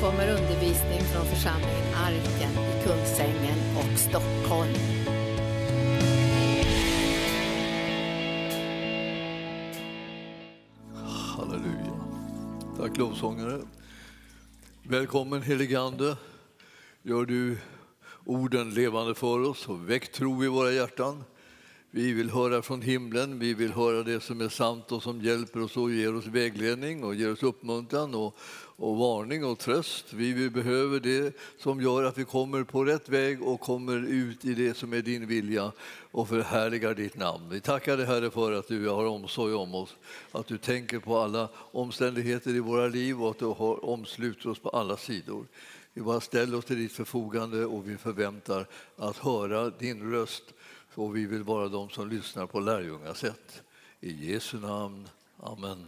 kommer undervisning från församlingen Arken i Kungsängen och Stockholm. Halleluja. Tack lovsångare. Välkommen helige Ande. Gör du orden levande för oss och väck tro i våra hjärtan. Vi vill höra från himlen, vi vill höra det som är sant och som hjälper oss och ger oss vägledning och ger oss uppmuntran och varning och tröst. Vi behöver det som gör att vi kommer på rätt väg och kommer ut i det som är din vilja och förhärligar ditt namn. Vi tackar dig, Herre, för att du har omsorg om oss, att du tänker på alla omständigheter i våra liv och att du har omslutit oss på alla sidor. Vi bara ställer oss till ditt förfogande och vi förväntar att höra din röst. Och vi vill vara de som lyssnar på lärjungasätt. I Jesu namn. Amen.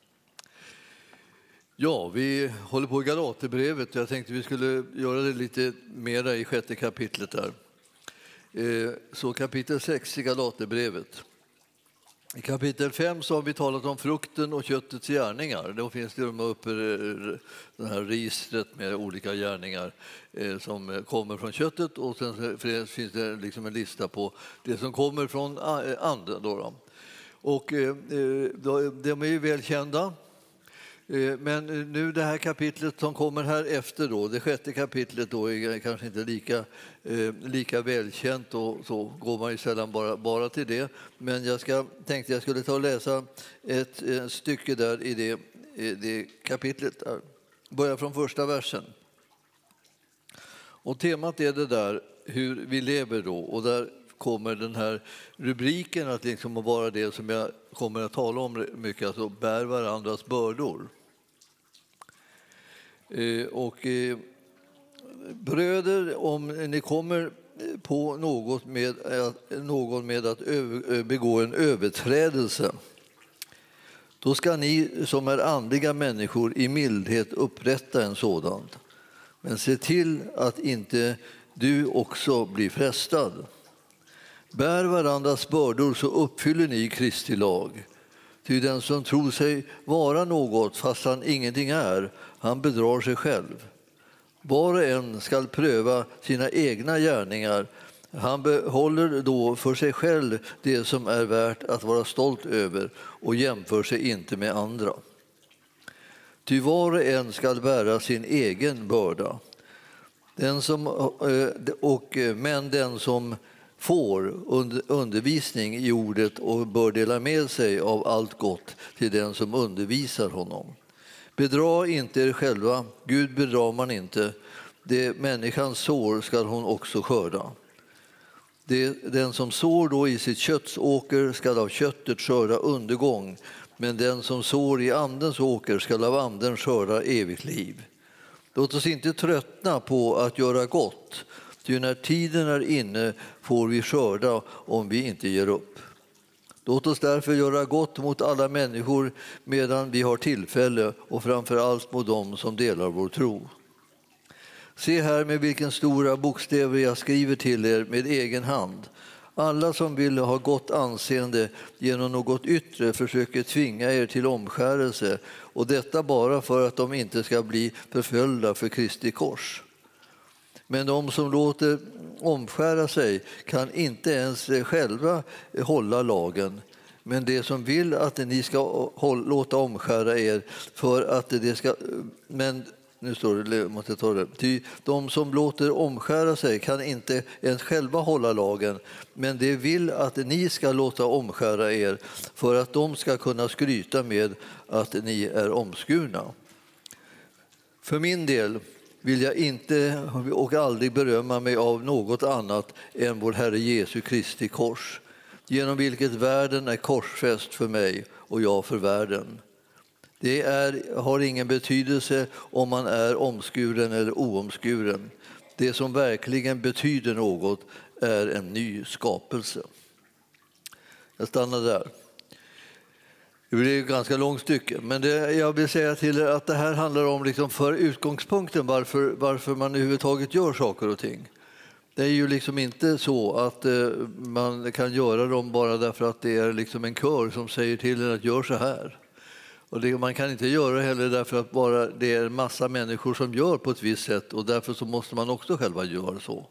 Ja, vi håller på i Galaterbrevet. Jag tänkte vi skulle göra det lite mera i 6:e kapitlet där. Så kapitel 6 i Galaterbrevet. I kapitel 5 så har vi talat om frukten och köttets gärningar. Då finns det uppe det här registret med olika gärningar som kommer från köttet, och sen finns det liksom en lista på det som kommer från anden. Och de är ju välkända. Men nu det här kapitlet som kommer här efter då, det 6:e kapitlet då, är kanske inte lika välkänt, och så går man ju sällan bara till det. Men tänkte jag skulle ta och läsa ett stycke där i det kapitlet. Börja från första versen. Och temat är det där hur vi lever då, och där kommer den här rubriken att liksom vara det som jag kommer att tala om mycket, alltså bär varandras bördor. Bröder, om ni kommer på någon med att begå en överträdelse, då ska ni som är andliga människor i mildhet upprätta en sådan. Men se till att inte du också blir frestad. Bär varandras bördor så uppfyller ni Kristi lag. Ty den som tror sig vara något fast han ingenting är, han bedrar sig själv. Var och en ska pröva sina egna gärningar. Han behåller då för sig själv det som är värt att vara stolt över och jämför sig inte med andra. Ty var och en ska bära sin egen börda. Men den som får undervisning i ordet och bör dela med sig av allt gott till den som undervisar honom. Bedra inte er själva, Gud bedrar man inte. Det människans sår ska hon också skörda. Den som sår då i sitt kötts åker ska av köttet skörda undergång, men den som sår i andens åker ska av anden skörda evigt liv. Låt oss inte tröttna på att göra gott, ty när tiden är inne får vi skörda om vi inte ger upp. Låt oss därför göra gott mot alla människor medan vi har tillfälle, och framför allt mot dem som delar vår tro. Se här med vilken stora bokstäver jag skriver till er med egen hand. Alla som vill ha gott anseende genom något yttre försöker tvinga er till omskärelse, och detta bara för att de inte ska bli förföljda för Kristi kors. Men de som låter omskära sig kan inte ens själva hålla lagen. Men det som vill att ni ska låta omskära er för att det ska... Men nu står det, måste jag ta det. Ty de som låter omskära sig kan inte ens själva hålla lagen. Men det vill att ni ska låta omskära er för att de ska kunna skryta med att ni är omskurna. För min del vill jag inte och aldrig berömma mig av något annat än vår Herre Jesu Kristi kors, genom vilket världen är korsfäst för mig och jag för världen. Det har ingen betydelse om man är omskuren eller oomskuren. Det som verkligen betyder något är en ny skapelse. Jag stannar där. Det blir ett ganska långt stycke, men jag vill säga till er att det här handlar om liksom för utgångspunkten varför man överhuvudtaget gör saker och ting. Det är ju liksom inte så att man kan göra dem bara därför att det är liksom en kör som säger till er att gör så här. Och man kan inte göra det heller därför att bara det är en massa människor som gör på ett visst sätt och därför så måste man också själva göra så.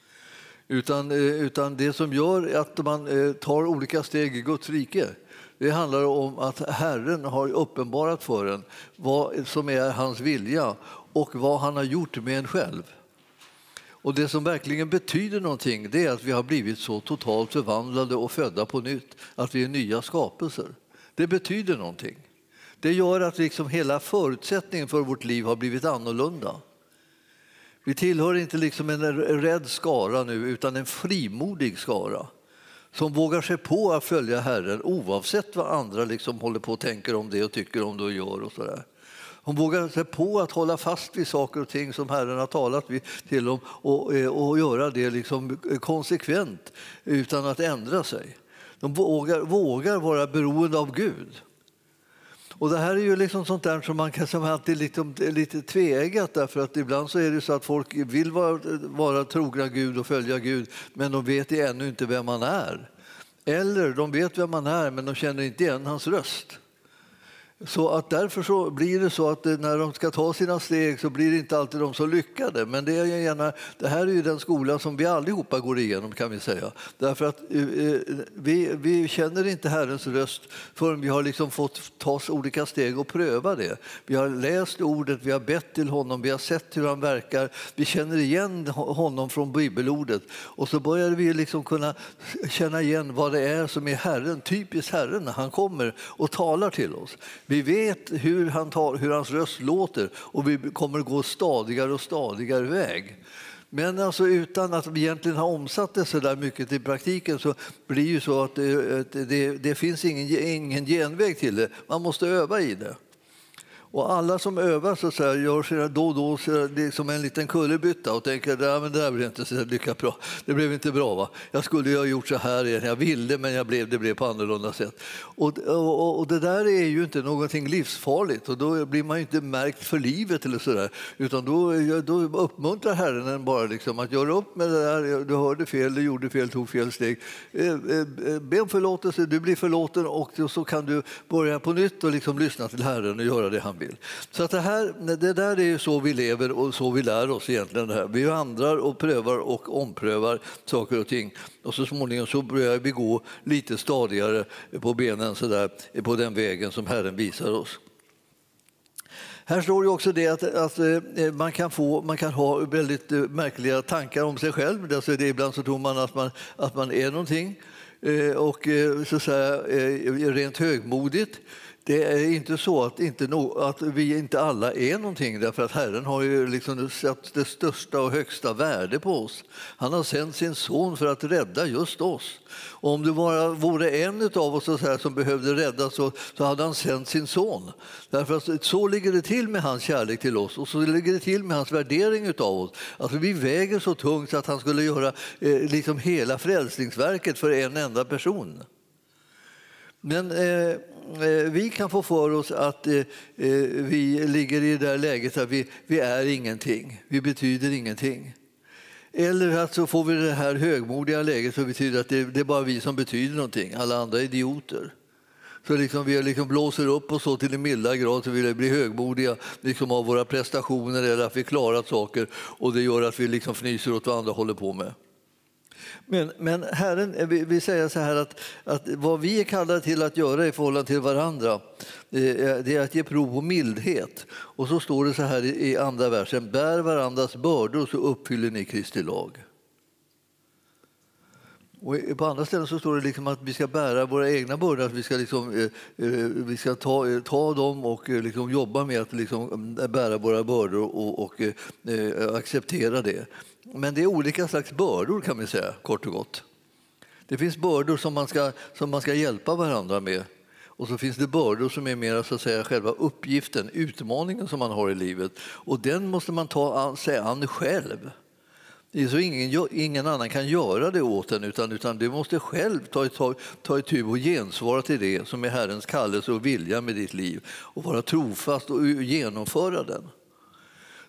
Utan det som gör att man tar olika steg i Guds rike, det handlar om att Herren har uppenbarat för en vad som är hans vilja och vad han har gjort med en själv. Och det som verkligen betyder någonting, det är att vi har blivit så totalt förvandlade och födda på nytt att vi är nya skapelser. Det betyder någonting. Det gör att liksom hela förutsättningen för vårt liv har blivit annorlunda. Vi tillhör inte liksom en rädd skara nu, utan en frimodig skara som vågar sig på att följa Herren oavsett vad andra liksom håller på och tänker om det och tycker om det och gör och sådär. Hon vågar sig på att hålla fast vid saker och ting som Herren har talat till dem och göra det liksom konsekvent utan att ändra sig. De vågar vara beroende av Gud. Och det här är ju liksom sånt där som man kan alltid lite tveeggat, därför att ibland så är det så att folk vill vara trogna Gud och följa Gud, men de vet ännu inte vem man är. Eller de vet vem man är, men de känner inte igen hans röst. Så att därför så blir det så att när de ska ta sina steg så blir det inte alltid de så lyckade. Men det här är ju den skola som vi allihopa går igenom, kan vi säga. Därför att vi känner inte Herrens röst förrän vi har liksom fått ta olika steg och pröva det. Vi har läst ordet, vi har bett till honom, vi har sett hur han verkar. Vi känner igen honom från bibelordet. Och så börjar vi liksom kunna känna igen vad det är som är Herren, typiskt Herren, när han kommer och talar till oss. Vi vet hur hans röst låter och vi kommer gå stadigare och stadigare väg. Men alltså utan att vi egentligen har omsatt det så där mycket i praktiken så blir det så att det finns ingen genväg till det. Man måste öva i det. Och alla som övar så gör sig då och då som en liten kullerbytta och tänker att det där blev inte så lyckat bra. Det blev inte bra, va? Jag skulle ju ha gjort så här igen. Jag ville, men det blev på annorlunda sätt. Och det där är ju inte någonting livsfarligt och då blir man ju inte märkt för livet eller så där. Utan då uppmuntrar Herren en bara liksom att göra upp med det där. Du hörde fel, du gjorde fel, tog fel steg. Be om förlåtelse, du blir förlåten och så kan du börja på nytt och liksom lyssna till Herren och göra det han vill. Så att det där är ju så vi lever och så vi lär oss egentligen det här. Vi vandrar och prövar och omprövar saker och ting. Och så småningom så börjar vi gå lite stadigare på benen så där, på den vägen som Herren visar oss. Här står ju också det att man kan ha väldigt märkliga tankar om sig själv. Alltså ibland så tror man att man är någonting och så att säga rent högmodigt. Det är inte så att vi inte alla är någonting, därför att Herren har ju liksom satt det största och högsta värde på oss. Han har sänt sin son för att rädda just oss. Och om det bara vore en av oss som behövde räddas så hade han sänt sin son. Därför att så ligger det till med hans kärlek till oss och så ligger det till med hans värdering av oss. Alltså vi väger så tungt så att han skulle göra liksom hela frälsningsverket för en enda person. Men vi kan få för oss att vi ligger i det där läget att vi är ingenting, vi betyder ingenting. Eller att så får vi det här högmodiga läget som betyder att det är bara vi som betyder någonting, alla andra idioter. Så liksom vi liksom blåser upp oss så till en milda grad så vi blir högmodiga liksom av våra prestationer eller att vi klarat saker och det gör att vi liksom fnyser åt vad andra håller på med. Men Herren, vi säger så här att vad vi är kallade till att göra i förhållande till varandra, det är att ge prov på mildhet. Och så står det så här i andra versen: bär varandras bördor så uppfyller ni Kristi lag. Och på andra ställen så står det liksom att vi ska bära våra egna bördor, att vi ska ta dem och liksom jobba med att liksom bära våra bördor och acceptera det. Men det är olika slags bördor, kan vi säga, kort och gott. Det finns bördor som man ska hjälpa varandra med. Och så finns det bördor som är mer så att säga själva uppgiften, utmaningen som man har i livet. Och den måste man ta sig an själv. Det är så ingen annan kan göra det åt en, utan du måste själv ta itu och gensvara till det som är Herrens kallelse och vilja med ditt liv och vara trofast och genomföra den.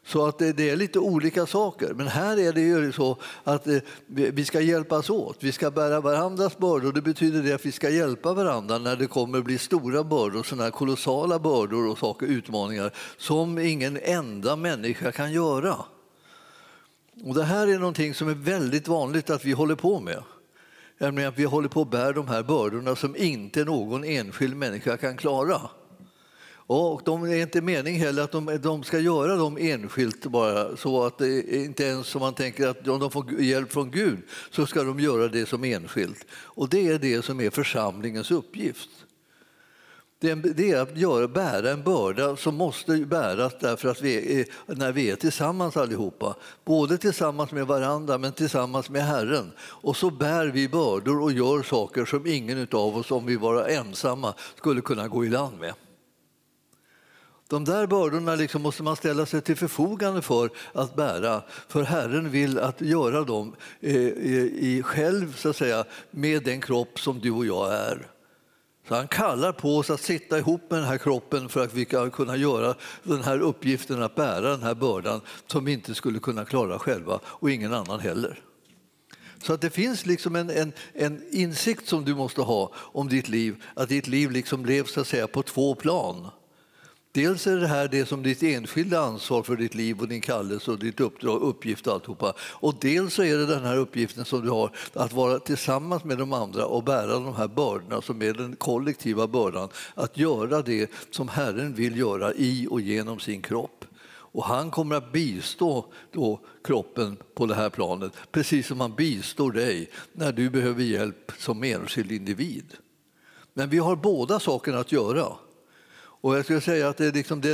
Så att det är lite olika saker. Men här är det ju så att vi ska hjälpas åt. Vi ska bära varandras bördor. Det betyder det att vi ska hjälpa varandra när det kommer att bli stora bördor, sådana här kolossala bördor och saker, utmaningar som ingen enda människa kan göra. Och det här är någonting som är väldigt vanligt att vi håller på med. Nämligen att vi håller på att bära de här bördorna som inte någon enskild människa kan klara. Och de är inte mening heller att de ska göra dem enskilt bara, så att det inte ens som man tänker att om de får hjälp från Gud så ska de göra det som enskilt. Och det är det som är församlingens uppgift. Det är att bära en börda som måste bäras därför att när vi är tillsammans allihopa, både tillsammans med varandra men tillsammans med Herren. Och så bär vi bördor och gör saker som ingen av oss, om vi var ensamma, skulle kunna gå i land med. De där bördorna måste man ställa sig till förfogande för att bära, för Herren vill att göra dem själv, så att säga, med den kropp som du och jag är. Så han kallar på oss att sitta ihop med den här kroppen för att vi ska kunna göra den här uppgiften att bära den här bördan som vi inte skulle kunna klara själva, och ingen annan heller. Så att det finns en insikt som du måste ha om ditt liv, att ditt liv levs, så att säga, på två plan. Dels är det här det som ditt enskilda ansvar för ditt liv och din kallelse och ditt uppdrag, uppgift och alltihopa. Och dels så är det den här uppgiften som du har att vara tillsammans med de andra och bära de här bördorna som är den kollektiva bördan. Att göra det som Herren vill göra i och genom sin kropp. Och han kommer att bistå då kroppen på det här planet, precis som han bistår dig när du behöver hjälp som enskild individ. Men vi har båda sakerna att göra. Och jag skulle säga att det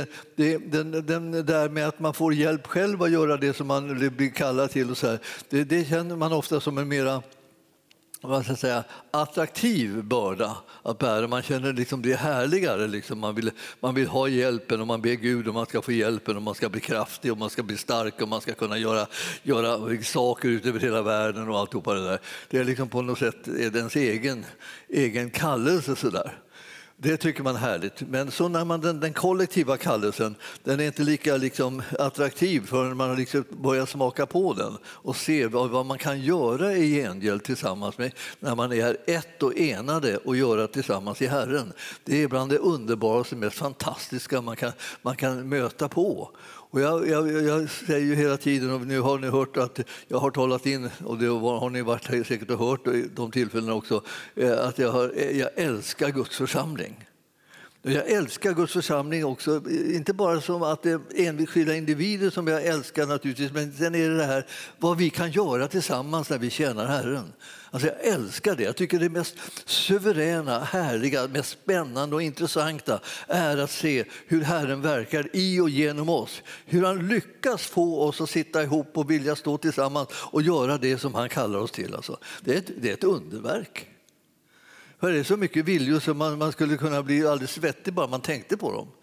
där med att man får hjälp själv att göra det som man blir kallad till, och så här, det känner man ofta som en mera, vad ska jag säga, attraktiv börda att bära. Man känner det är härligare. Man vill ha hjälpen, och man ber Gud om man ska få hjälpen, och man ska bli kraftig och man ska bli stark och man ska kunna göra saker ut över hela världen och alltihopa det där. Det är på något sätt ens egen kallelse så där. Det tycker man är härligt. Men så när man den kollektiva kallelsen, den är inte lika attraktiv förrän man börjar smaka på den och se vad man kan göra i gengäld tillsammans med, när man är ett och enade och göra tillsammans i Herren. Det är bland det underbaraste, mest fantastiska man kan möta på. Och jag säger ju hela tiden, och nu har ni hört att jag har talat in, och det har ni varit här säkert och hört i de tillfällena också, att jag älskar Guds församling. Jag älskar Guds församling också, inte bara som att det är enskilda individer som jag älskar naturligtvis, men sen är det här vad vi kan göra tillsammans när vi tjänar Herren. Alltså jag älskar det. Jag tycker det mest suveräna, härliga, mest spännande och intressanta är att se hur Herren verkar i och genom oss. Hur han lyckas få oss att sitta ihop och vilja stå tillsammans och göra det som han kallar oss till. Alltså, det är ett underverk. För det är så mycket viljor som man skulle kunna bli alldeles svettig bara man tänkte på dem.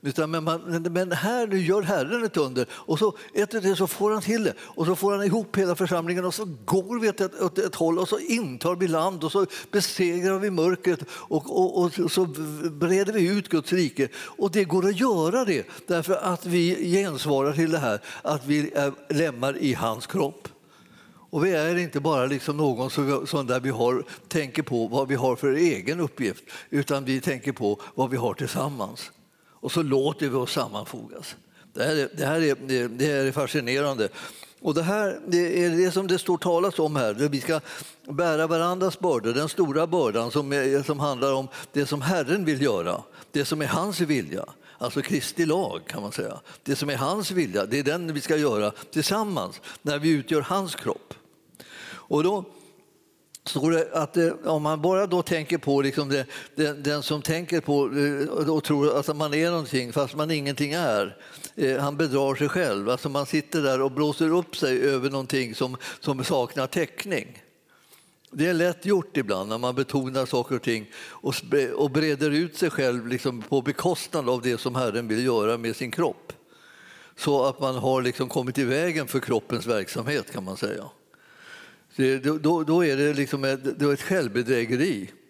Men här nu gör Herren ett under, och så efter det så får han till det, och så får han ihop hela församlingen, och så går vi åt ett håll, och så intar vi land, och så besegrar vi mörkret, och så breder vi ut Guds rike. Och det går att göra det därför att vi gensvarar till det här, att vi är lemmar i hans kropp. Och vi är inte bara någon som där tänker på vad vi har för egen uppgift, utan vi tänker på vad vi har tillsammans. Och så låter vi oss sammanfogas. Det här är fascinerande. Och det är det som det står talas om här. Vi ska bära varandras bördor, den stora bördan som handlar om det som Herren vill göra, det som är hans vilja. Alltså Kristi lag kan man säga. Det som är hans vilja, det är den vi ska göra tillsammans när vi utgör hans kropp. Och då står det att om man bara då tänker på den som tänker på och tror att man är någonting fast man ingenting är, han bedrar sig själv. Alltså man sitter där och blåser upp sig över någonting som saknar täckning. Det är lätt gjort ibland när man betonar saker och ting och breder ut sig själv på bekostnad av det som Herren vill göra med sin kropp. Så att man har kommit i vägen för kroppens verksamhet, kan man säga. Då är det ett självbedrägeri.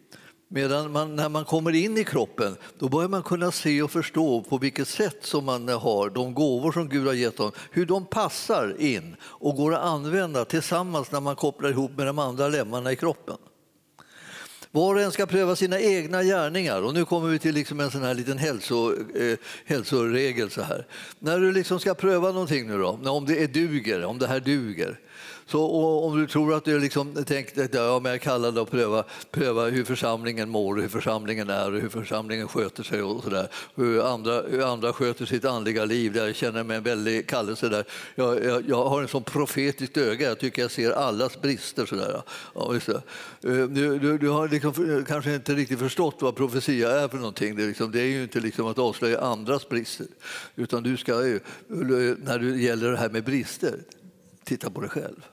Medan när man kommer in i kroppen, då börjar man kunna se och förstå på vilket sätt som man har de gåvor som Gud har gett dem, hur de passar in och går att använda tillsammans när man kopplar ihop med de andra lemmarna i kroppen. Var och en ska pröva sina egna gärningar. Och nu kommer vi till liksom en sån här liten hälsoregel. Så här. När du liksom ska pröva någonting nu då, om det här duger. Så om du tror att du liksom tänkte att jag är kallad att pröva hur församlingen mår, hur församlingen är och hur församlingen sköter sig och sådär. Hur andra sköter sitt andliga liv. Jag känner mig en väldig kallelse där. Jag har en sån profetiskt öga. Jag tycker jag ser allas brister. Sådär. Ja, du har liksom kanske inte riktigt förstått vad profetia är för någonting. Det är ju inte liksom att avslöja andras brister. Utan du ska ju, när det gäller det här med brister, titta på dig själv.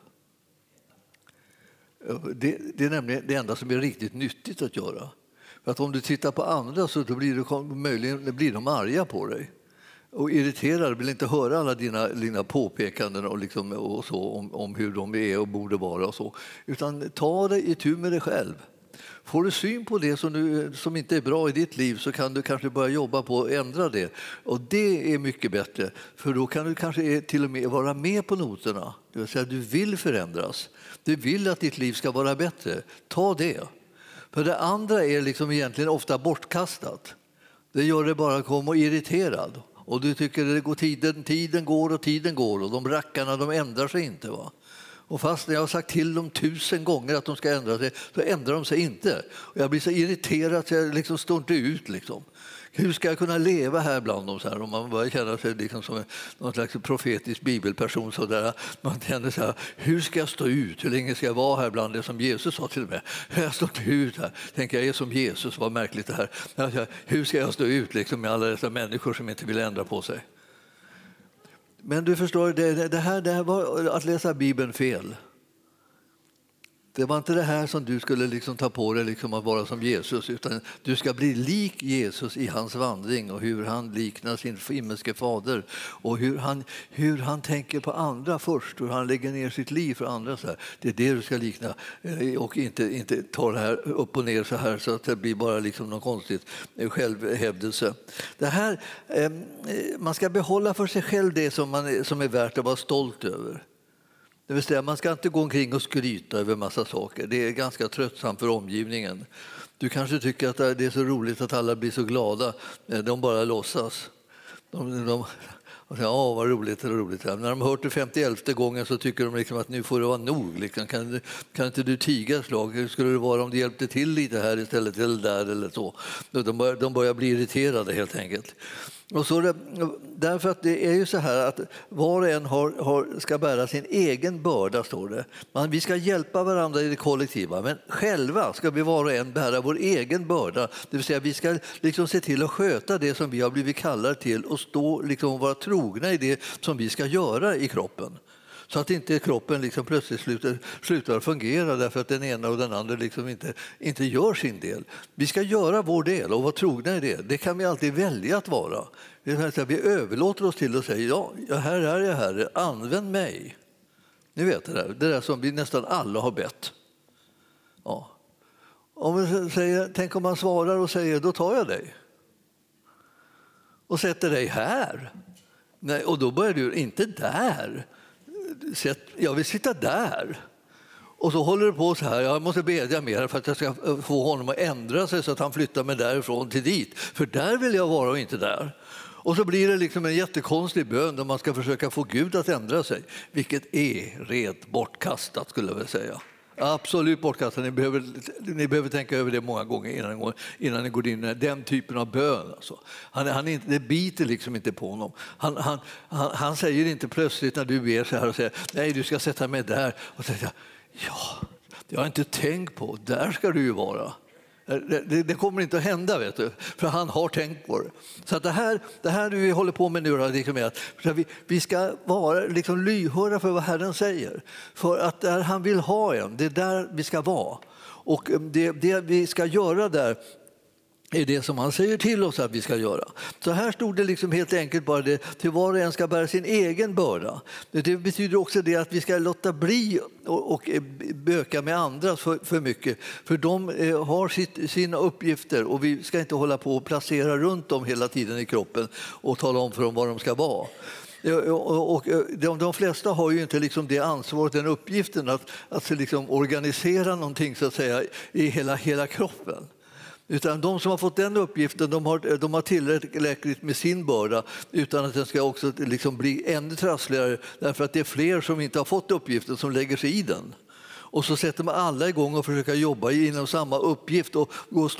Det är nämligen det enda som är riktigt nyttigt att göra. För att om du tittar på andra så då blir de arga på dig. Och irriterade, vill inte höra alla dina påpekanden och så, om hur de är och borde vara. Och så. Utan ta dig itu med dig själv. Får du syn på det som inte är bra i ditt liv så kan du kanske börja jobba på att ändra det. Och det är mycket bättre, för då kan du kanske till och med vara med på noterna. Det vill säga du vill förändras. Du vill att ditt liv ska vara bättre. Ta det. För det andra är liksom egentligen ofta bortkastat. Det gör det bara komma irriterad. Och du tycker att tiden går och de rackarna de ändrar sig inte. Va? Och fast när jag har sagt till dem 1000 gånger att de ska ändra sig, så ändrar de sig inte. Och jag blir så irriterad att jag liksom står inte ut. Liksom. Hur ska jag kunna leva här bland dem så här? Om man börjar känna sig liksom som någon slags profetisk bibelperson. Så där, man känner så här, hur ska jag stå ut? Hur länge ska jag vara här bland det som Jesus sa till mig? Jag står inte ut här. Tänker jag är som Jesus, vad märkligt det här. Hur ska jag stå ut liksom, med alla dessa människor som inte vill ändra på sig? Men du förstår, det här var att läsa Bibeln fel. Det var inte det här som du skulle liksom ta på dig liksom att vara som Jesus, utan du ska bli lik Jesus i hans vandring och hur han liknar sin himmelske fader och hur han tänker på andra först, hur han lägger ner sitt liv för andra. Så här. Det är det du ska likna och inte ta det här upp och ner så här så att det blir bara liksom någon konstigt självhävdelse. Det här, man ska behålla för sig själv det som är värt att vara stolt över. Det vill säga, man ska inte gå omkring och skryta över massa saker. Det är ganska tröttsamt för omgivningen. Du kanske tycker att det är så roligt att alla blir så glada. De bara låtsas. Och säger, vad roligt. När de hört det 51:e gången så tycker de liksom att nu får det vara nog. Liksom. Kan inte du tiga ett slag? Hur skulle det vara om du hjälpte till lite här istället eller där eller så? De börjar bli irriterade helt enkelt. Och så därför att det är ju så här att var och en ska bära sin egen börda, står det. Vi ska hjälpa varandra i det kollektiva, men själva ska vi var och en bära vår egen börda. Det vill säga vi ska liksom se till att sköta det som vi har blivit kallade till och stå liksom och vara trogna i det som vi ska göra i kroppen. Så att inte kroppen liksom plötsligt slutar fungera därför att den ena och den andra liksom inte gör sin del. Vi ska göra vår del och vara trogna i det. Det kan vi alltid välja att vara. Vi överlåter oss till och säger ja, här är jag Herre, använd mig. Ni vet det där som vi nästan alla har bett. Ja. Tänk om man svarar och säger då tar jag dig. Och sätter dig här. Nej, och då börjar du inte där. Jag vill sitta där. Och så håller det på så här. Jag måste bedja mer för att jag ska få honom att ändra sig så att han flyttar mig därifrån till dit. För där vill jag vara och inte där. Och så blir det liksom en jättekonstig bön där man ska försöka få Gud att ändra sig. Vilket är rent bortkastat skulle jag vilja säga. Absolut bortkastat. Ni behöver tänka över det många gånger innan ni går in i den typen av bön. Alltså. Det biter liksom inte på honom. Han säger inte plötsligt när du ber så här och säger nej, du ska sätta mig där. Och säger ja, jag har inte tänkt på, där ska du ju vara. Det kommer inte att hända, vet du, för han har tänkt på det. Så att det här vi håller på med nu är att vi ska vara liksom lyhörda för vad Herren säger. För att där han vill ha en, det är där vi ska vara. Och det vi ska göra där, är det som han säger till oss att vi ska göra. Så här stod det liksom helt enkelt bara det, till var och en ska bära sin egen börda. Det betyder också det att vi ska låta bli och böka med andra för mycket. För de har sina uppgifter och vi ska inte hålla på och placera runt dem hela tiden i kroppen och tala om för dem vad de ska vara. Och de flesta har ju inte liksom det ansvaret, den uppgiften att liksom organisera någonting så att säga i hela kroppen. Utan de som har fått den uppgiften de har tillräckligt med sin börda utan att den ska också liksom bli ännu trassligare därför att det är fler som inte har fått uppgiften som lägger sig i den. Och så sätter man alla igång och försöker jobba inom samma uppgift och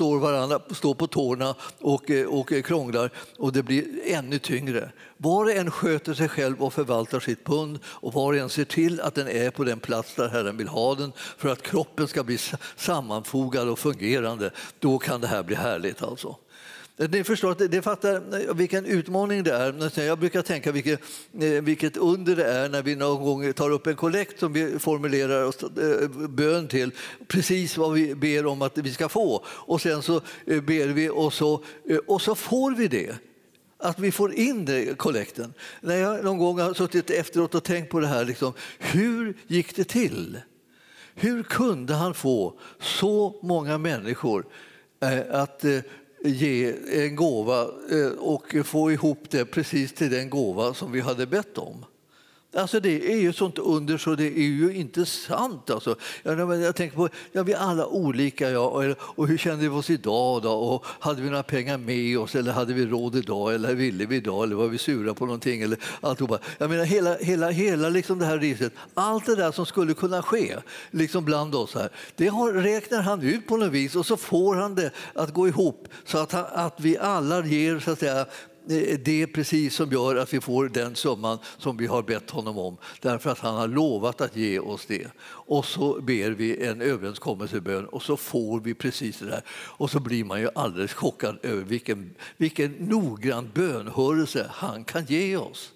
står på tårna och krånglar och det blir ännu tyngre. Var och en sköter sig själv och förvaltar sitt pund och var och en ser till att den är på den plats där Herren vill ha den för att kroppen ska bli sammanfogad och fungerande. Då kan det här bli härligt alltså. Ni förstår att det fattar vilken utmaning det är. Jag brukar tänka vilket under det är när vi någon gång tar upp en kollekt som vi formulerar bön till. Precis vad vi ber om att vi ska få. Och sen så ber vi och så får vi det. Att vi får in det kollekten. När jag någon gång har suttit efteråt och tänkt på det här. Liksom, hur gick det till? Hur kunde han få så många människor att ge en gåva och få ihop det precis till den gåva som vi hade bett om? Alltså det är ju sånt under så det är ju inte sant. Alltså. Jag tänker på, vi är alla olika, och hur kände vi oss idag då? Och hade vi några pengar med oss eller hade vi råd idag eller ville vi idag eller var vi sura på någonting eller alltihopa. Jag menar hela liksom det här riset, allt det där som skulle kunna ske liksom bland oss här, det räknar han ut på något vis och så får han det att gå ihop så att vi alla ger så att säga det är precis som gör att vi får den summan som vi har bett honom om därför att han har lovat att ge oss det. Och så ber vi en överenskommelsebön och så får vi precis det där. Och så blir man ju alldeles chockad över vilken noggrann bönhörelse han kan ge oss.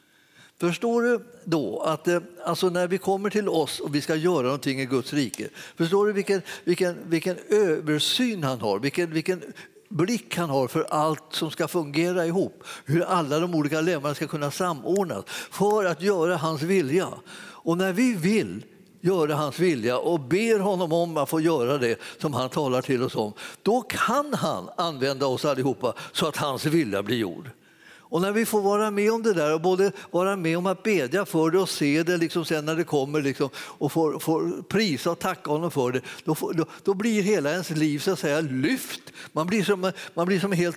Förstår du då att alltså när vi kommer till oss och vi ska göra någonting i Guds rike, förstår du vilken översyn han har, vilken blick han har för allt som ska fungera ihop, hur alla de olika lemmarna ska kunna samordnas för att göra hans vilja. Och när vi vill göra hans vilja och ber honom om att få göra det som han talar till oss om, då kan han använda oss allihopa så att hans vilja blir gjord. Och när vi får vara med om det där och både vara med om att bedja för det och se det liksom sen när det kommer liksom, och får prisa och tacka honom för det, då blir hela ens liv så att säga lyft. Man blir som helt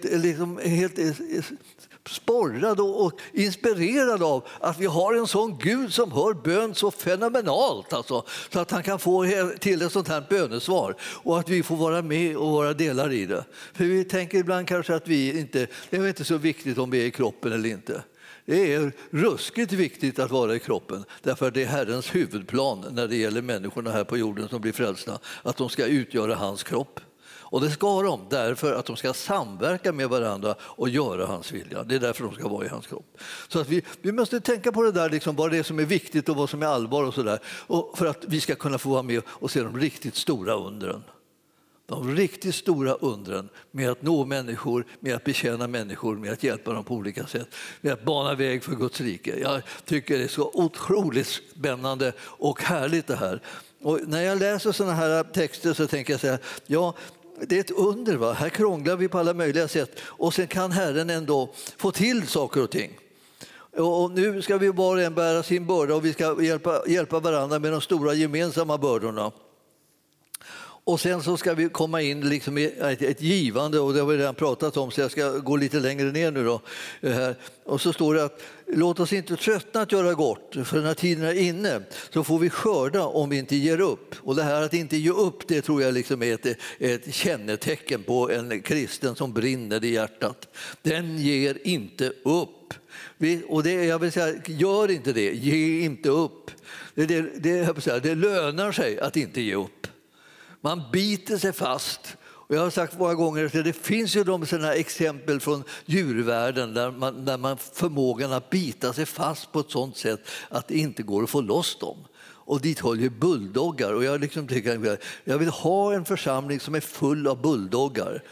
sporrad och inspirerad av att vi har en sån Gud som hör bön så fenomenalt alltså, så att han kan få till ett sånt här bönesvar och att vi får vara med och vara delar i det. För vi tänker ibland kanske att det är inte så viktigt om vi är i kroppen eller inte. Det är ruskigt viktigt att vara i kroppen därför att det är Herrens huvudplan när det gäller människorna här på jorden som blir frälsta, att de ska utgöra hans kropp. Och det ska de därför att de ska samverka med varandra och göra hans vilja. Det är därför de ska vara i hans kropp. Så att vi måste tänka på det där, liksom, vad det är som är viktigt och vad som är allvar och sådär. För att vi ska kunna få vara med och se de riktigt stora undren. De riktigt stora undren med att nå människor, med att betjäna människor, med att hjälpa dem på olika sätt. Med att bana väg för Guds rike. Jag tycker det är så otroligt spännande och härligt det här. Och när jag läser såna här texter så tänker jag så här, det är ett under, va? Här krånglar vi på alla möjliga sätt och sen kan Herren ändå få till saker och ting. Och nu ska vi var och en bära sin börda och vi ska hjälpa varandra med de stora gemensamma bördorna. Och sen så ska vi komma in liksom i ett givande, och det har vi redan pratat om så jag ska gå lite längre ner nu då. Och så står det att låt oss inte tröttna att göra gott, för när tiden är inne så får vi skörda om vi inte ger upp. Och det här att inte ge upp, det tror jag liksom är ett kännetecken på en kristen som brinner i hjärtat. Den ger inte upp. Och jag vill säga, gör inte det, ge inte upp. Det lönar sig att inte ge upp. Man biter sig fast. Och jag har sagt många gånger att det finns ju sådana exempel från djurvärlden där man förmågan att bita sig fast på ett sådant sätt att det inte går att få loss dem. Och dit håller ju bulldoggar. Och jag liksom tycker jag vill ha en församling som är full av bulldoggar.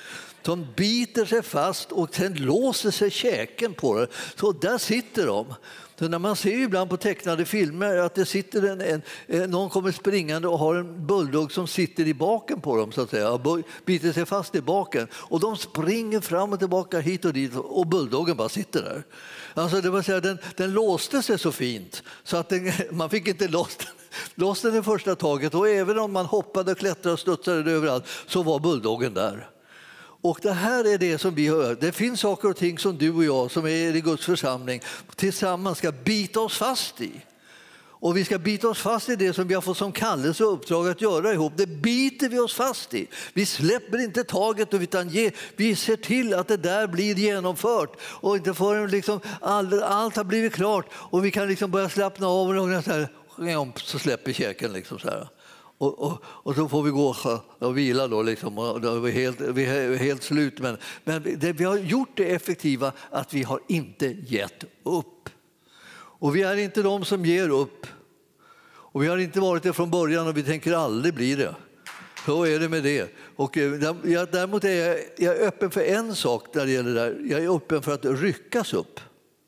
som biter sig fast och sen låser sig käken på det. Så där sitter de. Så när man ser ibland på tecknade filmer att det sitter någon kommer springande och har en bulldog som sitter i baken på dem så att säga, och biter sig fast i baken och de springer fram och tillbaka hit och dit och bulldoggen bara sitter där. Alltså det var så här, den låste sig så fint så att man fick inte loss den i första taget, och även om man hoppade, klättrade och studsade överallt så var bulldoggen där. Och det här är det som vi hör. Det finns saker och ting som du och jag som är i Guds församling tillsammans ska bita oss fast i. Och vi ska bita oss fast i det som vi har fått som kallelse och uppdrag att göra ihop. Det biter vi oss fast i. Vi släpper inte taget utan vi ser till att det där blir genomfört. Och inte förrän liksom allt har blivit klart och vi kan liksom börja slappna av och så här, så släpper käken liksom så här. Och så får vi gå och vila då liksom, och då är vi är helt slut. Men vi har gjort det effektiva att vi har inte gett upp. Och vi är inte de som ger upp. Och vi har inte varit det från början och vi tänker aldrig bli det. Så är det med det. Och däremot är jag öppen för en sak där det gäller där. Jag är öppen för att ryckas upp.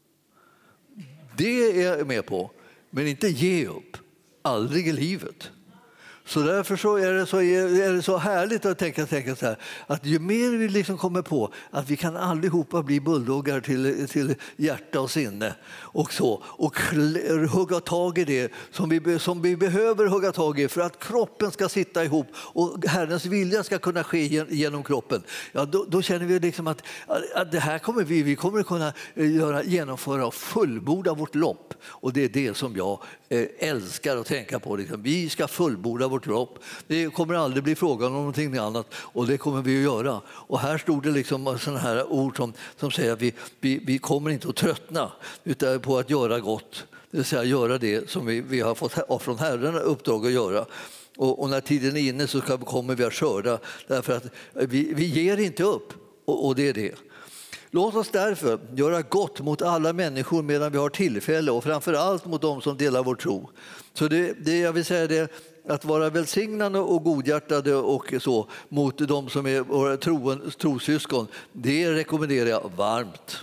Det är jag med på. Men inte ge upp. Aldrig i livet. Så därför så är det så härligt att tänka så här, att ju mer vi liksom kommer på att vi kan allihopa bli bulldoggar till hjärta och sinne och så, och hugga tag i det som vi behöver hugga tag i för att kroppen ska sitta ihop och Herrens vilja ska kunna ske genom kroppen. Ja, då känner vi liksom att det här kommer vi kommer kunna genomföra och fullborda vårt lopp, och det är det som jag älskar att tänka på. Liksom. Vi ska fullborda vårt lopp. Det kommer aldrig bli frågan om någonting annat, och det kommer vi att göra. Och här stod det liksom sådana här ord som säger att vi kommer inte att tröttna utan på att göra gott. Det vill säga göra det som vi har fått från Herren uppdrag att göra. Och när tiden är inne så kommer vi att skörda, därför att vi ger inte upp, och det är det. Låt oss därför göra gott mot alla människor medan vi har tillfälle, och framför allt mot dem som delar vår tro. Så det jag vill säga det, att vara välsignande och godhjärtade och så mot dem som är våra trosyskon, det rekommenderar jag varmt.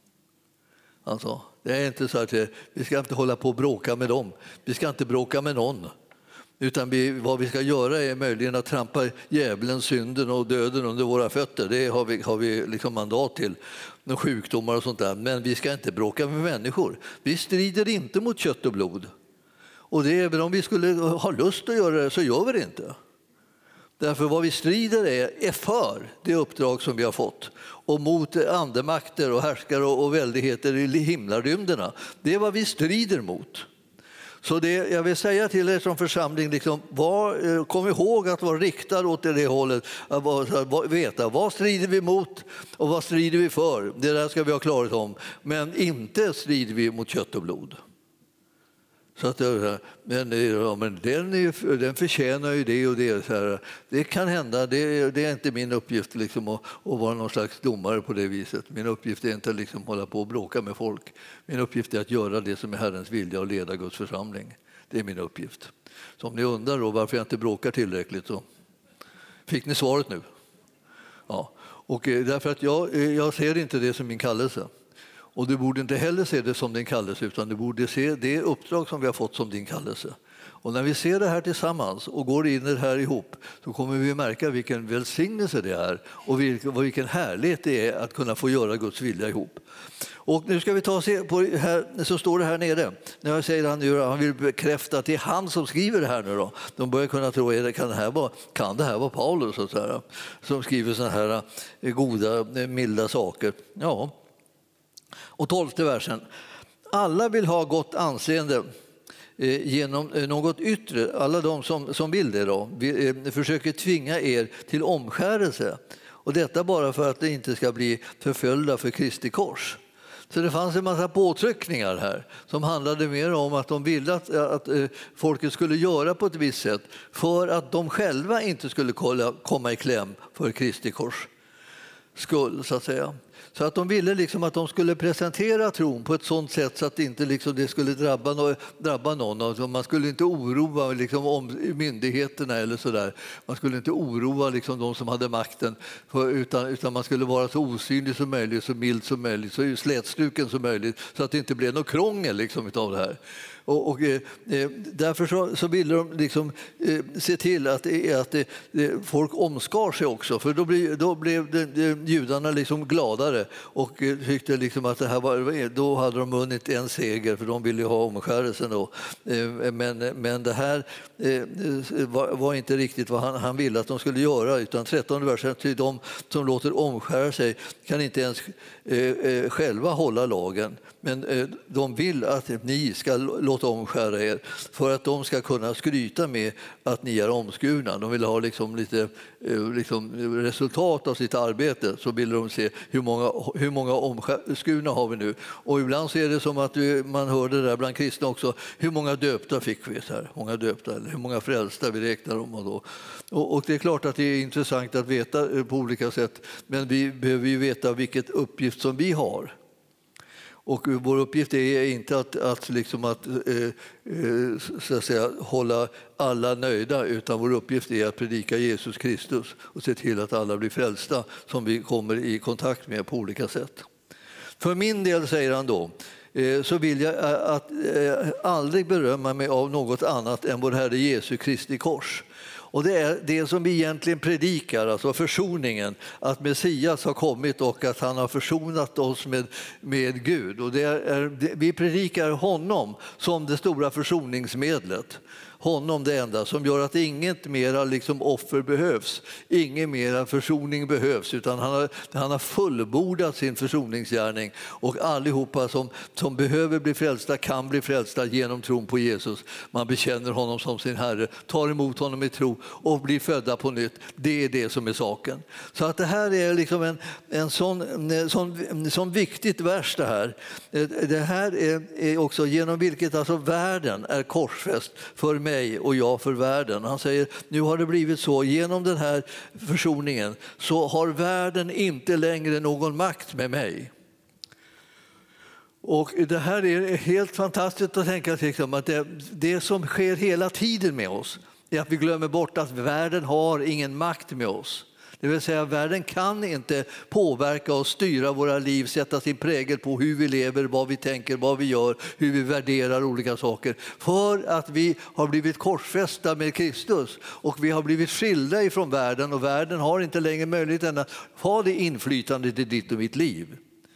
Alltså, det är inte så att vi ska inte hålla på och bråka med dem. Vi ska inte bråka med någon. Utan vad vi ska göra är möjligen att trampa djävulens, synden och döden under våra fötter. Det har vi liksom mandat till. Några sjukdomar och sånt där. Men vi ska inte bråka med människor. Vi strider inte mot kött och blod. Och det, även om vi skulle ha lust att göra det så gör vi det inte. Därför vad vi strider är för det uppdrag som vi har fått. Och mot andemakter och härskare och väldigheter i himlarymderna. Det är vad vi strider mot. Så det jag vill säga till er som församling, liksom, kom ihåg att vara riktad åt det hållet. Att veta vad strider vi mot och vad strider vi för. Det där ska vi ha klarat om. Men inte strider vi mot kött och blod. Så att, men den förtjänar ju det och det. Så här. Det kan hända, det är inte min uppgift liksom, att vara någon slags domare på det viset. Min uppgift är inte att liksom, hålla på och bråka med folk. Min uppgift är att göra det som är Herrens vilja och leda Guds församling. Det är min uppgift. Så om ni undrar då varför jag inte bråkar tillräckligt så fick ni svaret nu. Ja. Och därför att jag ser inte det som min kallelse. Och du borde inte heller se det som din kallelse, utan du borde se det uppdrag som vi har fått som din kallelse. Och när vi ser det här tillsammans och går in i det här ihop, så kommer vi märka vilken välsignelse det är och vilken härlighet det är att kunna få göra Guds vilja ihop. Och nu ska vi ta och se på här, så står det här nere. När jag säger han vill bekräfta att det är han som skriver det här nu då. De börjar kunna tro, kan det här vara Paulus och så här, som skriver såna här goda, milda saker. Ja. Och 12:e versen. Alla vill ha gott anseende genom något yttre. Alla de som vill det då försöker tvinga er till omskärelse. Och detta bara för att det inte ska bli förföljda för Kristi kors. Så det fanns en massa påtryckningar här som handlade mer om att de ville att folket skulle göra på ett visst sätt för att de själva inte skulle komma i kläm för Kristi kors skull, så att säga. Så att de ville liksom att de skulle presentera tron på ett sådant sätt så att inte liksom det skulle drabba någon. Alltså man skulle inte oroa liksom om myndigheterna eller sådär. Man skulle inte oroa liksom de som hade makten, utan man skulle vara så osynlig som möjligt, så mild som möjligt, så slätstruken som möjligt, så att det inte blev något krångel liksom av det här. Och därför så ville de liksom se till att folk omskar sig också, för då blev judarna liksom gladare och tyckte liksom att det här då hade de vunnit en seger, för de ville ju ha omskärelsen då. Men det här var inte riktigt vad han ville att de skulle göra, utan 13 versen till de som låter omskära sig kan inte ens själva hålla lagen, men de vill att ni ska låta omskära er för att de ska kunna skryta med att ni är omskurna. De vill ha liksom lite resultat av sitt arbete, så vill de se hur många omskurna har vi nu. Och ibland så är det som att man hör det där bland kristna också, hur många döpta fick vi? Så här, många döpta, eller hur många frälsta vi räknar om. Och det är klart att det är intressant att veta på olika sätt, men vi behöver ju veta vilket uppgift som vi har. Och vår uppgift är inte att hålla alla nöjda, utan vår uppgift är att predika Jesus Kristus och se till att alla blir frälsta som vi kommer i kontakt med på olika sätt. För min del, säger han då, så vill jag aldrig berömma mig av något annat än vår Herre Jesu Kristi kors. Och det är det som vi egentligen predikar, alltså försoningen, att Messias har kommit och att han har försonat oss med Gud. Och vi predikar honom som det stora försoningsmedlet. Honom det enda som gör att inget mera liksom offer behövs, ingen mera försoning behövs, utan han har fullbordat sin försoningsgärning, och allihopa som behöver bli frälsta kan bli frälsta genom tron på Jesus. Man bekänner honom som sin Herre, tar emot honom i tro och blir födda på nytt. Det är det som är saken. Så att det här är liksom en sån viktigt vers det här. Det här är också genom vilket alltså världen är korsfäst för mig och jag för världen. Han säger, nu har det blivit så, genom den här försoningen så har världen inte längre någon makt med mig. Och det här är helt fantastiskt att tänka sig att det som sker hela tiden med oss är att vi glömmer bort att världen har ingen makt med oss. Det vill säga, världen kan inte påverka och styra våra liv, sätta sin prägel på hur vi lever, vad vi tänker, vad vi gör, hur vi värderar olika saker. För att vi har blivit korsfästa med Kristus och vi har blivit skilda ifrån världen, och världen har inte längre möjligheten att ha det inflytandet i ditt och mitt liv.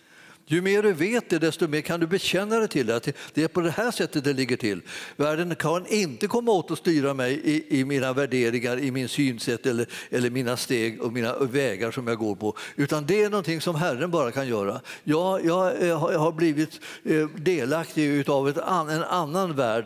Ju mer du vet det, desto mer kan du bekänna dig till att det är på det här sättet det ligger till. Världen kan inte komma åt att styra mig i mina värderingar, i min synsätt eller mina steg och mina vägar som jag går på. Utan det är någonting som Herren bara kan göra. Jag har blivit delaktig av en annan värld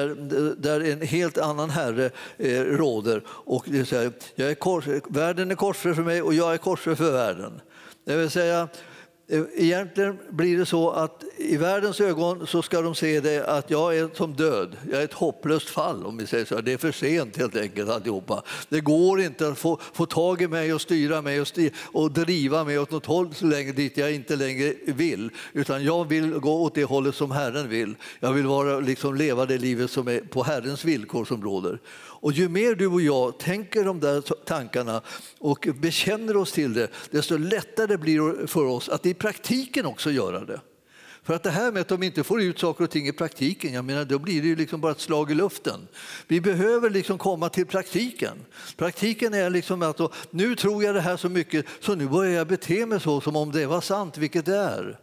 där en helt annan Herre råder. Och det är så här, världen är korsfäst för mig och jag är korsfäst för världen. Det vill säga, egentligen blir det så att i världens ögon så ska de se det att jag är som död. Jag är ett hopplöst fall, om vi säger så. Det är för sent helt enkelt alltihopa. Det går inte att få tag i mig och styra mig och driva mig åt något håll så länge dit jag inte längre vill. Utan jag vill gå åt det hållet som Herren vill. Jag vill leva det livet som är på Herrens villkor som råder. Och ju mer du och jag tänker de där tankarna och bekänner oss till det, desto lättare blir det för oss att i praktiken också göra det. För att det här med att de inte får ut saker och ting i praktiken, jag menar, då blir det ju liksom bara ett slag i luften. Vi behöver liksom komma till praktiken. Praktiken är liksom att nu tror jag det här så mycket så nu börjar jag bete mig så som om det var sant, vilket det är.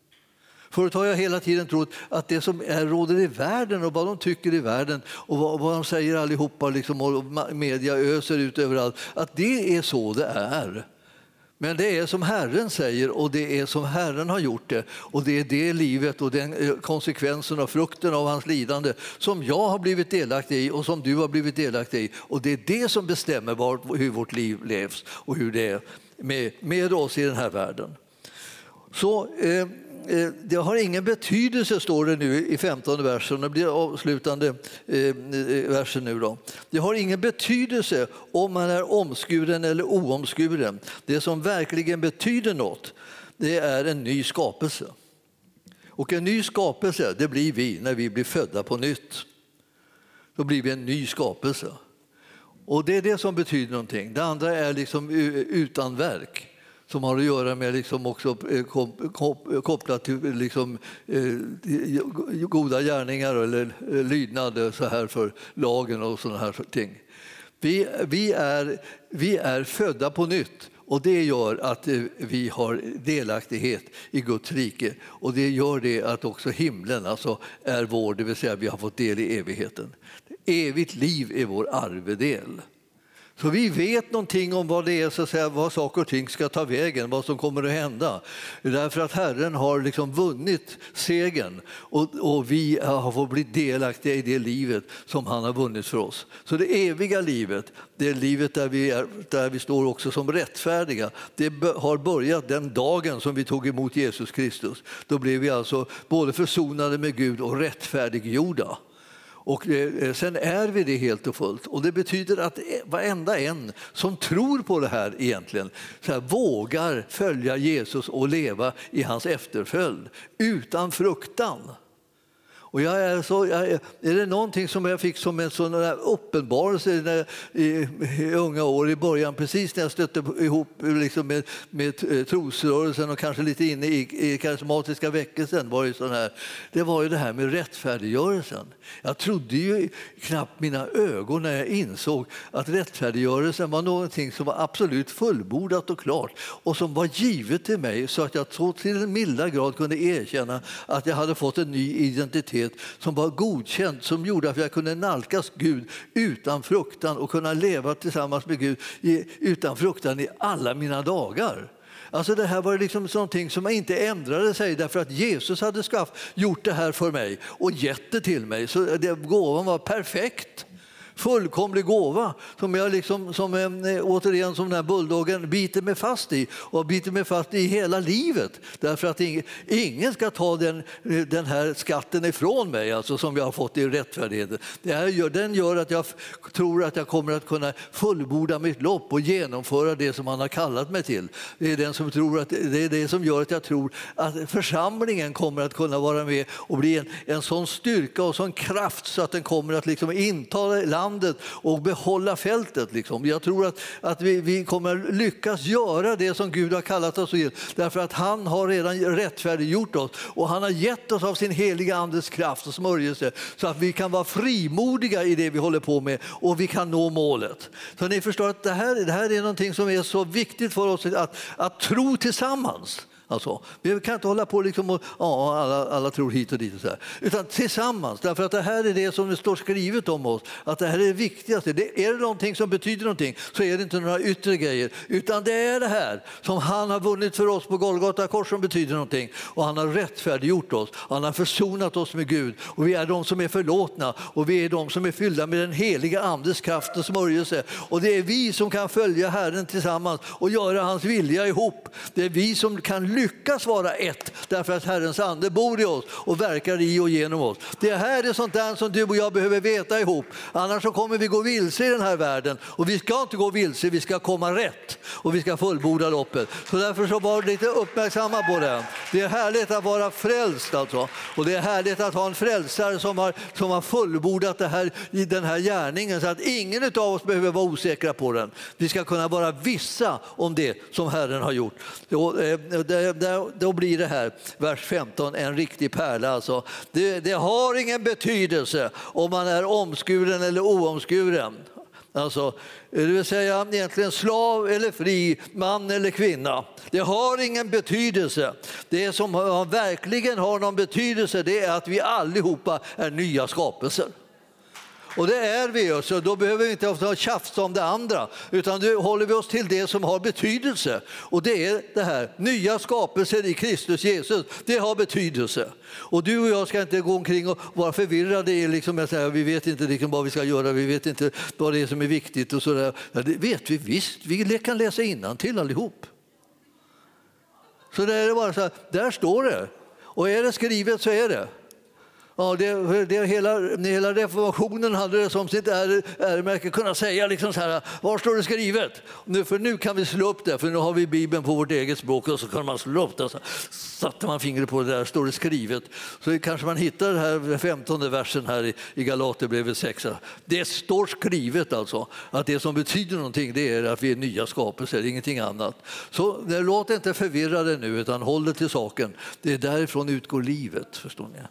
Förut har jag hela tiden trott att det som råder i världen och vad de tycker i världen och vad de säger allihopa liksom, och media öser ut överallt, att det är så det är. Men det är som Herren säger och det är som Herren har gjort det. Och det är det livet och den konsekvensen och frukten av hans lidande som jag har blivit delaktig i och som du har blivit delaktig i. Och det är det som bestämmer hur vårt liv levs och hur det är med oss i den här världen. Så det har ingen betydelse, står det nu i 15:e versen. Det blir avslutande versen nu då. Det har ingen betydelse om man är omskuren eller oomskuren. Det som verkligen betyder något, det är en ny skapelse. Och en ny skapelse, det blir vi när vi blir födda på nytt. Då blir vi en ny skapelse. Och det är det som betyder någonting. Det andra är liksom utan verk, som har att göra med liksom också kopplat till liksom, goda gärningar eller lydnad så här för lagen och sådana här ting. Vi är födda på nytt. Och det gör att vi har delaktighet i Guds rike. Och det gör det att också himlen alltså är vår, det vill säga vi har fått del i evigheten. Evigt liv är vår arvedel. Så vi vet någonting om vad det är, så att säga, vad saker och ting ska ta vägen, vad som kommer att hända. Därför att Herren har liksom vunnit segern och vi har fått bli delaktiga i det livet som han har vunnit för oss. Så det eviga livet, det livet där vi står också som rättfärdiga, det har börjat den dagen som vi tog emot Jesus Kristus. Då blev vi alltså både försonade med Gud och rättfärdiggjorda. Och sen är vi det helt och fullt. Och det betyder att varenda en som tror på det här egentligen så här, vågar följa Jesus och leva i hans efterföljd utan fruktan. Och är det någonting som jag fick som en sån där uppenbarelse i unga år i början, precis när jag stötte ihop liksom med trosrörelsen och kanske lite inne i karismatiska väckelsen, var det var ju det här med rättfärdiggörelsen. Jag trodde ju knappt mina ögon när jag insåg att rättfärdiggörelsen var någonting som var absolut fullbordat och klart och som var givet till mig, så att jag så till en milda grad kunde erkänna att jag hade fått en ny identitet som var godkänd, som gjorde att jag kunde nalkas Gud utan fruktan och kunna leva tillsammans med Gud utan fruktan i alla mina dagar. Alltså det här var liksom någonting som inte ändrade sig därför att Jesus hade gjort det här för mig och gett det till mig. Så gåvan var perfekt. Fullkomlig gåva som jag liksom, återigen som den här bulldoggen biter mig fast i och biter mig fast i hela livet, därför att ingen ska ta den här skatten ifrån mig, alltså som jag har fått i rättfärdigheten. Den gör att jag tror att jag kommer att kunna fullborda mitt lopp och genomföra det som han har kallat mig till. Det är det som gör att jag tror att församlingen kommer att kunna vara med och bli en sån styrka och sån kraft så att den kommer att liksom inta landet och behålla fältet. Liksom. Jag tror att vi kommer lyckas göra det som Gud har kallat oss till, därför att han har redan rättfärdiggjort oss och han har gett oss av sin heliga andes kraft och smörjelse så att vi kan vara frimodiga i det vi håller på med och vi kan nå målet. Så ni förstår att det här är någonting som är så viktigt för oss att tro tillsammans. Alltså, vi kan inte hålla på liksom och alla tror hit och dit och så här. Utan tillsammans, därför att det här är det som det står skrivet om oss, att det här är det viktigaste. Är det någonting som betyder någonting så är det inte några yttre grejer, utan det är det här som han har vunnit för oss på Golgata kors som betyder någonting, och han har rättfärdiggjort oss, han har försonat oss med Gud och vi är de som är förlåtna och vi är de som är fyllda med den heliga andes kraft och smörjelse, och det är vi som kan följa Herren tillsammans och göra hans vilja ihop. Det är vi som kan lyckas vara ett, därför att Herrens ande bor i oss och verkar i och genom oss. Det här är sånt där som du och jag behöver veta ihop. Annars så kommer vi gå vilse i den här världen, och vi ska inte gå vilse, vi ska komma rätt och vi ska fullborda loppet. Så därför så var lite uppmärksamma på det. Det är härligt att vara frälst alltså, och det är härligt att ha en frälsare som har fullbordat det här i den här gärningen, så att ingen av oss behöver vara osäkra på den. Vi ska kunna vara vissa om det som Herren har gjort. Då blir det här, vers 15, en riktig pärla. Alltså, det har ingen betydelse om man är omskuren eller oomskuren. Alltså, det vill säga egentligen slav eller fri, man eller kvinna. Det har ingen betydelse. Det som verkligen har någon betydelse, det är att vi allihopa är nya skapelser. Och det är vi ju, så då behöver vi inte tjafsa om det andra, utan då håller vi oss till det som har betydelse. Och det är det här, nya skapelser i Kristus Jesus, det har betydelse. Och du och jag ska inte gå omkring och vara förvirrade i liksom, vi vet inte liksom vad vi ska göra, vi vet inte vad det är som är viktigt och sådär. Ja, det vet vi visst, vi kan läsa innantill allihop. Så det är bara så här, där står det. Och är det skrivet så är det. Ja, hela reformationen hade det som sitt äremärke kunna säga liksom så här, var står det skrivet? Nu kan vi slå upp det, för nu har vi Bibeln på vårt eget språk och så kan man slå upp det. Så satte man fingret på det där, står det skrivet. Så kanske man hittar den här 15:e versen här i Galaterbrevet 6. Det står skrivet alltså, att det som betyder någonting det är att vi är nya skapelser, ingenting annat. Så låt inte förvirra det nu, utan håll det till saken. Det är därifrån utgår livet, förstår ni.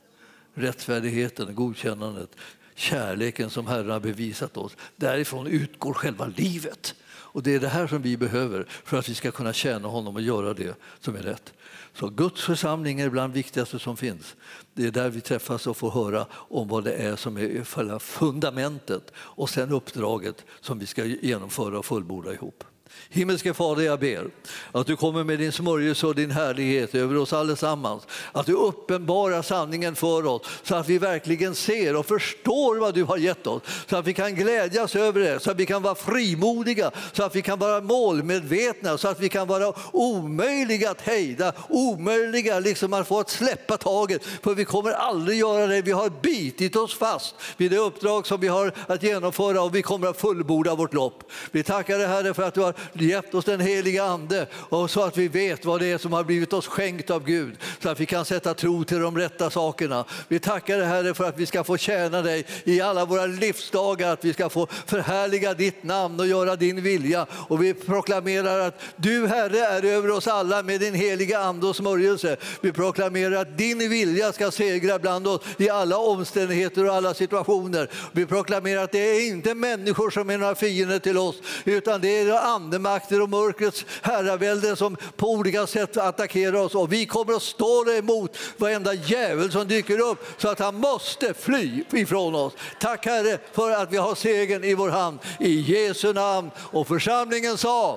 Rättfärdigheten, godkännandet, kärleken som Herren har bevisat oss. Därifrån utgår själva livet. Och det är det här som vi behöver för att vi ska kunna tjäna honom och göra det som är rätt. Så Guds församling är bland det viktigaste som finns. Det är där vi träffas och får höra om vad det är som är själva fundamentet och sen uppdraget som vi ska genomföra och fullborda ihop. Himmelske Fader, jag ber att du kommer med din smörjelse och din härlighet över oss allesammans. Att du uppenbarar sanningen för oss så att vi verkligen ser och förstår vad du har gett oss. Så att vi kan glädjas över det, så att vi kan vara frimodiga, så att vi kan vara målmedvetna, så att vi kan vara omöjliga att hejda, omöjliga liksom att få att släppa taget. För vi kommer aldrig göra det, vi har bitit oss fast vid det uppdrag som vi har att genomföra och vi kommer att fullborda vårt lopp. Vi tackar dig, Herre, för att du har gett oss den heliga ande och så att vi vet vad det är som har blivit oss skänkt av Gud, så att vi kan sätta tro till de rätta sakerna. Vi tackar dig, Herre, för att vi ska få tjäna dig i alla våra livsdagar, att vi ska få förhärliga ditt namn och göra din vilja. Och vi proklamerar att du, Herre, är över oss alla med din heliga ande och smörjelse. Vi proklamerar att din vilja ska segra bland oss i alla omständigheter och alla situationer. Vi proklamerar att det är inte människor som är några fiender till oss, utan det är andemakter och mörkrets herravälde som på olika sätt attackerar oss, och vi kommer att stå emot varenda djävul som dyker upp så att han måste fly ifrån oss. Tack, Herre, för att vi har segern i vår hand, i Jesu namn. Och församlingen sa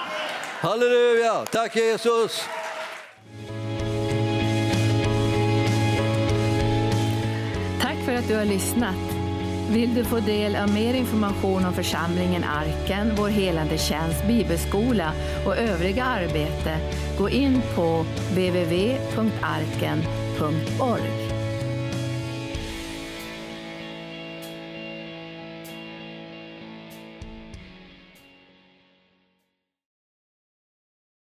halleluja, tack Jesus. Tack för att du har lyssnat. Vill du få del av mer information om församlingen Arken, vår helande tjänst, bibelskola och övriga arbete, gå in på www.arken.org.